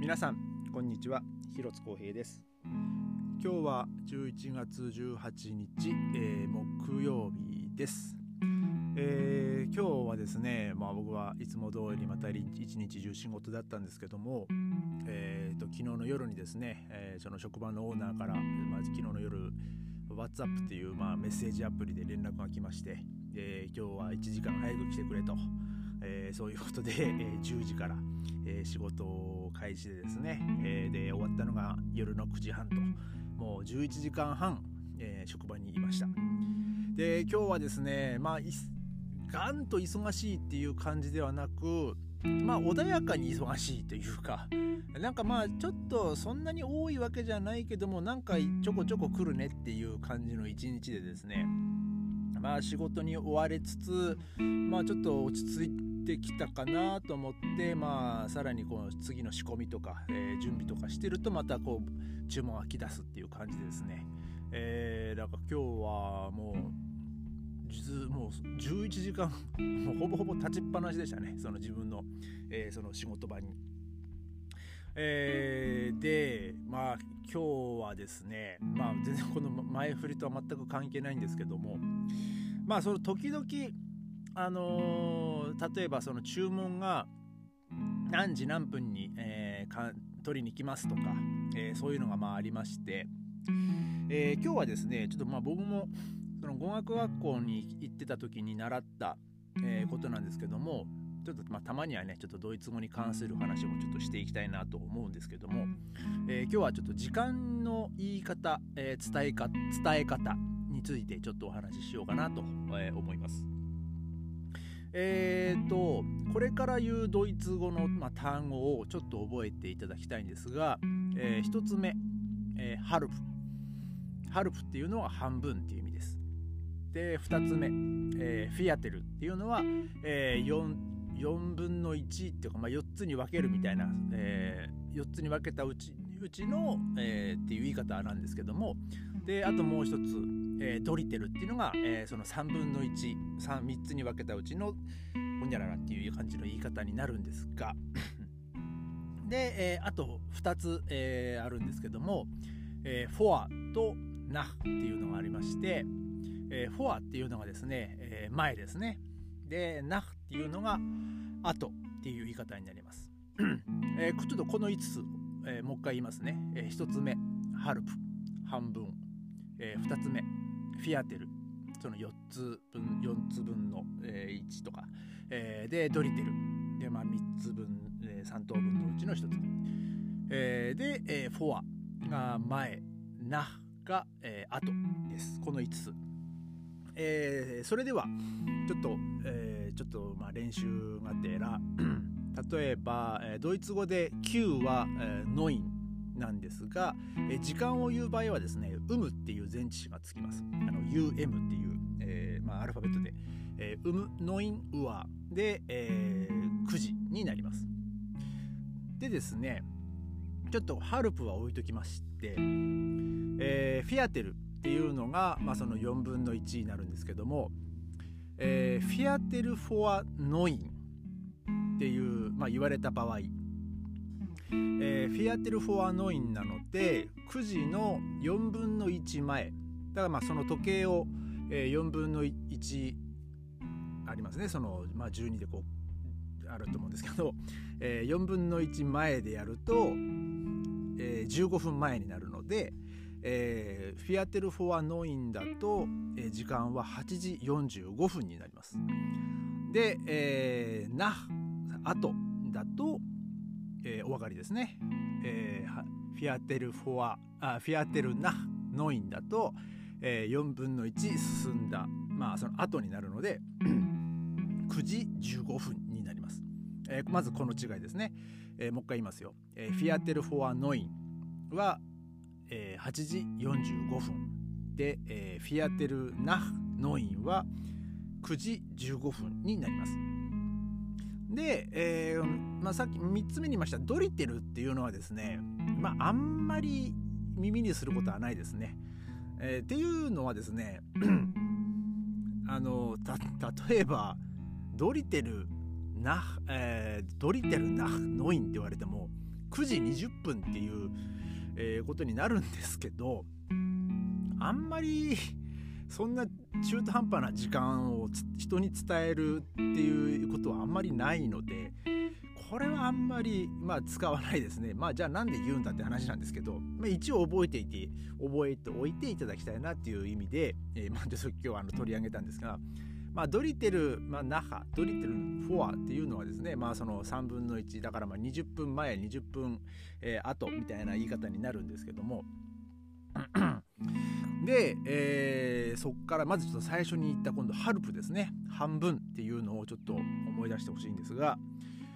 皆さんこんにちは、広津光平です。今日は11月18日、木曜日です。今日はですね、僕はいつも通りまた一日中仕事だったんですけども、昨日の夜にですね、その職場のオーナーから、昨日の夜 WhatsApp っていう、メッセージアプリで連絡が来まして、今日は1時間早く来てくれと、そういうことで、10時から、仕事を開始でですね、で終わったのが夜の9時半と、もう11時間半、職場にいました。で今日はですね、ガンと忙しいっていう感じではなく、穏やかに忙しいというか、ちょっとそんなに多いわけじゃないけども、ちょこちょこ来るねっていう感じの一日でですね、仕事に追われつつ、ちょっと落ち着いてきたかなと思って、さらにこの次の仕込みとか、準備とかしてるとまたこう注文が来だすっていう感じでですね、今日はもう11時間もうほぼほぼ立ちっぱなしでしたね、その自分の、その仕事場に。で今日はですね、全然この前振りとは全く関係ないんですけども、その時々例えばその注文が何時何分に、取りに来ますとか、そういうのがありまして、今日はですねちょっと僕もその語学学校に行ってた時に習った、ことなんですけども、ちょっとたまにはねちょっとドイツ語に関する話もちょっとしていきたいなと思うんですけども、今日はちょっと時間の言い方、伝え方についてちょっとお話ししようかなと、思います。これから言うドイツ語の、単語をちょっと覚えていただきたいんですが、一つ目、ハルプっていうのは半分っていう意味です。で2つ目、フィアテルっていうのは、4分の1っていうか、4つに分けるみたいな、4つに分けたうちの、っていう言い方なんですけども、であともう一つ、ドリテルっていうのが、その3分の13つに分けたうちのほにゃららっていう感じの言い方になるんですがで、あと2つ、あるんですけども、フォアとナフっていうのがありまして、フォアっていうのがですね、前ですね。でナフっていうのが後っていう言い方になります。ちょっとこの5つ、もう一回言いますね。1つ目ハルプ、半分、2つ目フィアテル、その4つ分の、1とか、でドリテルで、3つ分、3等分のうちの1つ、で、フォアが前、ナフが、後です。この5つ。それではちょっと練習がてら例えば、ドイツ語で Q は、ノインなんですが、時間を言う場合はですね、っていう前置詞がつきます。UM っていう、アルファベットで、ノインウアで、9時になります。でですね、ちょっとハルプは置いときまして、フィアテルっていうのが、その4分の1になるんですけども、フィアテルフォアノインっていう、言われた場合、フィアテルフォアノインなので9時の4分の1前だから、その時計を、4分の1ありますね。その、12でこうあると思うんですけど、4分の1前でやると、15分前になるので、フィアテルフォアノインだと、時間は8時45分になります。で、ナフ後だと、お分かりですね。フィアテルナフノインだと、4分の1進んだ、その後になるので9時15分になります。まずこの違いですね。もう一回言いますよ。フィアテルフォアノインは8時45分で、フィアテルナフノインは9時15分になります。で、さっき3つ目に言いましたドリテルっていうのはですね、あんまり耳にすることはないですね。っていうのはですね例えばドリテルナフノインって言われても 9時20分っていう、ことになるんですけど、あんまりそんな中途半端な時間を人に伝えるっていうことはあんまりないので、これはあんまり使わないですね。じゃあなんで言うんだって話なんですけど、一応覚えておいていただきたいなっていう意味で、ちょっと今日取り上げたんですが、ドリテル、ナハ、ドリテル、フォアっていうのはですね、その3分の1だから20分前20分、後みたいな言い方になるんですけどもで、そこからまずちょっと最初に言った今度ハルプですね、半分っていうのをちょっと思い出してほしいんですが、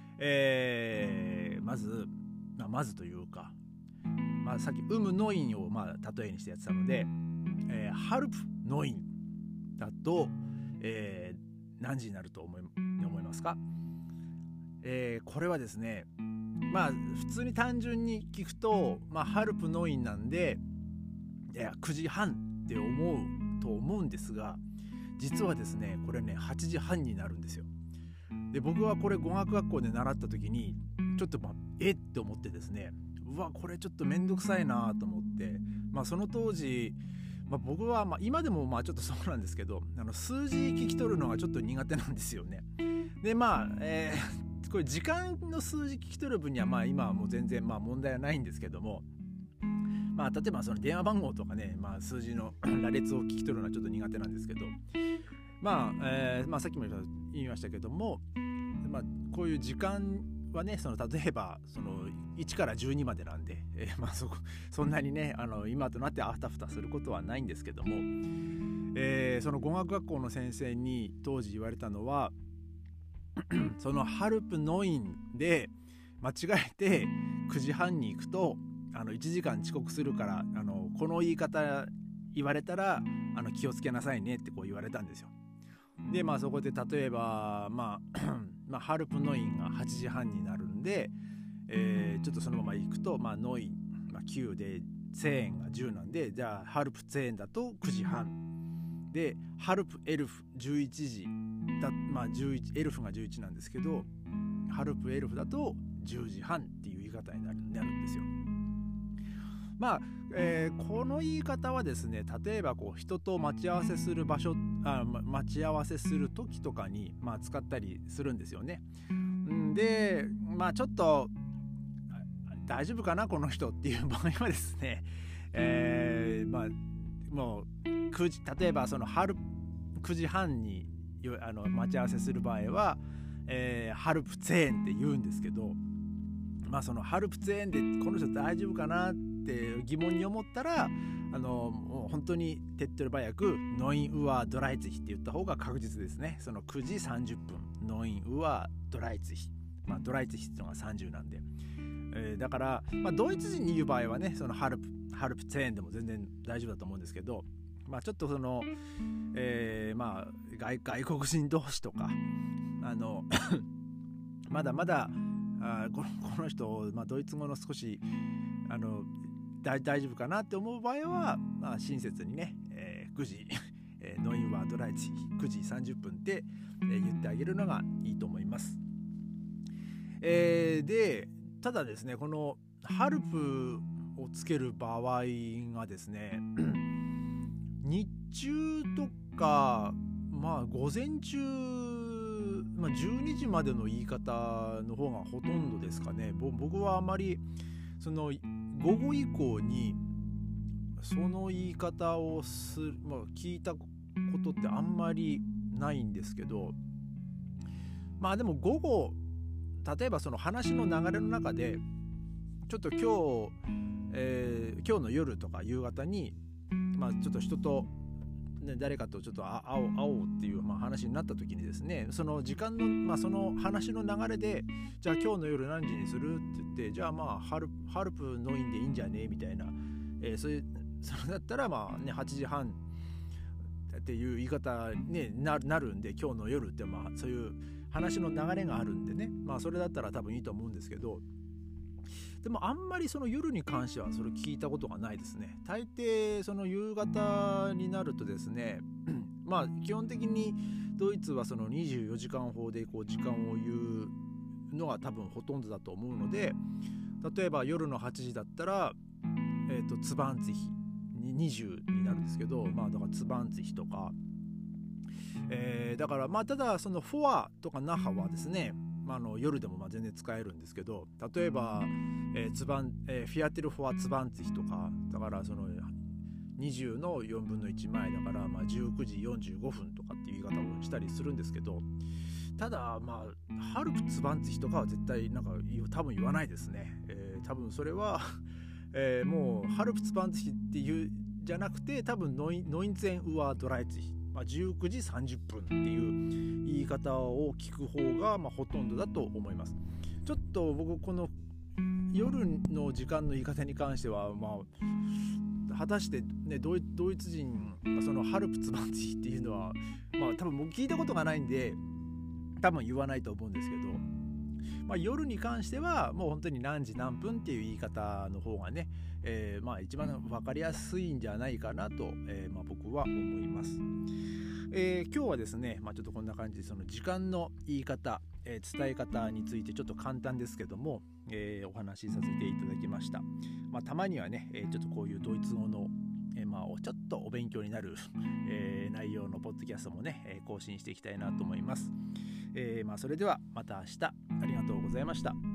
まずというか、さっきムノインを例えにしてやってたので、ハルプノインだと、何時になると思いますか？これはですね、普通に単純に聞くと、ハルプノインなんで9時半って思うと思うんですが、実はですねこれね8時半になるんですよ。で僕はこれ語学学校で習った時にちょっとって思ってですね、これちょっとめんどくさいなと思って、その当時、僕は今でもちょっとそうなんですけど、数字聞き取るのがちょっと苦手なんですよね。でこれ時間の数字聞き取る分には今はもう全然問題はないんですけども、例えばその電話番号とかね、数字の羅列を聞き取るのはちょっと苦手なんですけど、さっきも言いましたけども、こういう時間はね、例えばその1から12までなんで、そんなにね今となってあたふたすることはないんですけども、その語学学校の先生に当時言われたのはそのハルプノインで間違えて9時半に行くと1時間遅刻するから、この言い方言われたら気をつけなさいねってこう言われたんですよ。でそこで例えばハルプノインが8時半になるんで、ちょっとそのまま行くとノイン、9でツェーンが10なんで、じゃあハルプツェーンだと9時半で、ハルプエルフ11時だ、エルフが11なんですけど、ハルプエルフだと10時半っていう言い方になるんですよ。この言い方はですね、例えば人と待ち合わせする場所、待ち合わせする時とかに使ったりするんですよね。でちょっと大丈夫かなこの人っていう場合はですね、もう例えばその9時半に待ち合わせする場合は、ハルプツェーンって言うんですけど、そのハルプツェーンでこの人大丈夫かなって疑問に思ったら、もう本当に手っ取り早くノインウアードライツヒって言った方が確実ですね。その9時30分ノインウアードライツヒ、ドライツヒっていうのが30なんで、だから、ドイツ人に言う場合はね、そのハルプツェーンでも全然大丈夫だと思うんですけど、ちょっとその、外国人同士とかまだまだこの人、ドイツ語の少し大丈夫かなって思う場合は、親切にね、9時ノインワードライツ9時30分って言ってあげるのがいいと思います。でただですね、このハルプをつける場合がですね日中とか午前中、12時までの言い方の方がほとんどですかね。僕はあまりその午後以降にその言い方を聞いたことってあんまりないんですけど、でも午後、例えばその話の流れの中でちょっと今日の夜とか夕方にちょっと人と、誰かとちょっと会おうっていう話になった時にですね、その時間の、その話の流れで、じゃあ今日の夜何時にするって言って、じゃあハルプノインでいいんじゃねみたいな、それだったら8時半っていう言い方になるんで、今日の夜ってそういう話の流れがあるんでね、それだったら多分いいと思うんですけど、でもあんまりその夜に関してはそれ聞いたことがないですね。大抵その夕方になるとですね基本的にドイツはその24時間法で時間を言うのが多分ほとんどだと思うので、 例えば夜の8時だったら、ツバンツヒ20になるんですけど、だからツバンツヒとか、だからただそのフォアとかナハはですね、夜でも全然使えるんですけど、例えば、フィアテルフォアツバンツヒとかだから、その20の4分の1前だから、19時45分とかっていう言い方をしたりするんですけど、ただハルプツバンツヒとかは絶対多分言わないですね。多分それはもうハルプツバンツヒっていうじゃなくて、多分ノインツェンウアードライツヒ、19時30分っていう言い方を聞く方がほとんどだと思います。ちょっと僕この夜の時間の言い方に関しては果たしてね、ドイツ人がそのハルプツバンツヒっていうのは多分僕聞いたことがないんで多分言わないと思うんですけど、夜に関してはもう本当に何時何分っていう言い方の方がね、一番分かりやすいんじゃないかなと、僕は思います。今日はですね、ちょっとこんな感じでその時間の言い方、伝え方についてちょっと簡単ですけども、お話しさせていただきました。たまにはね、ちょっとこういうドイツ語の、ちょっとお勉強になる、内容のポッドキャストもね、更新していきたいなと思います。それではまた明日、ありがとうございました。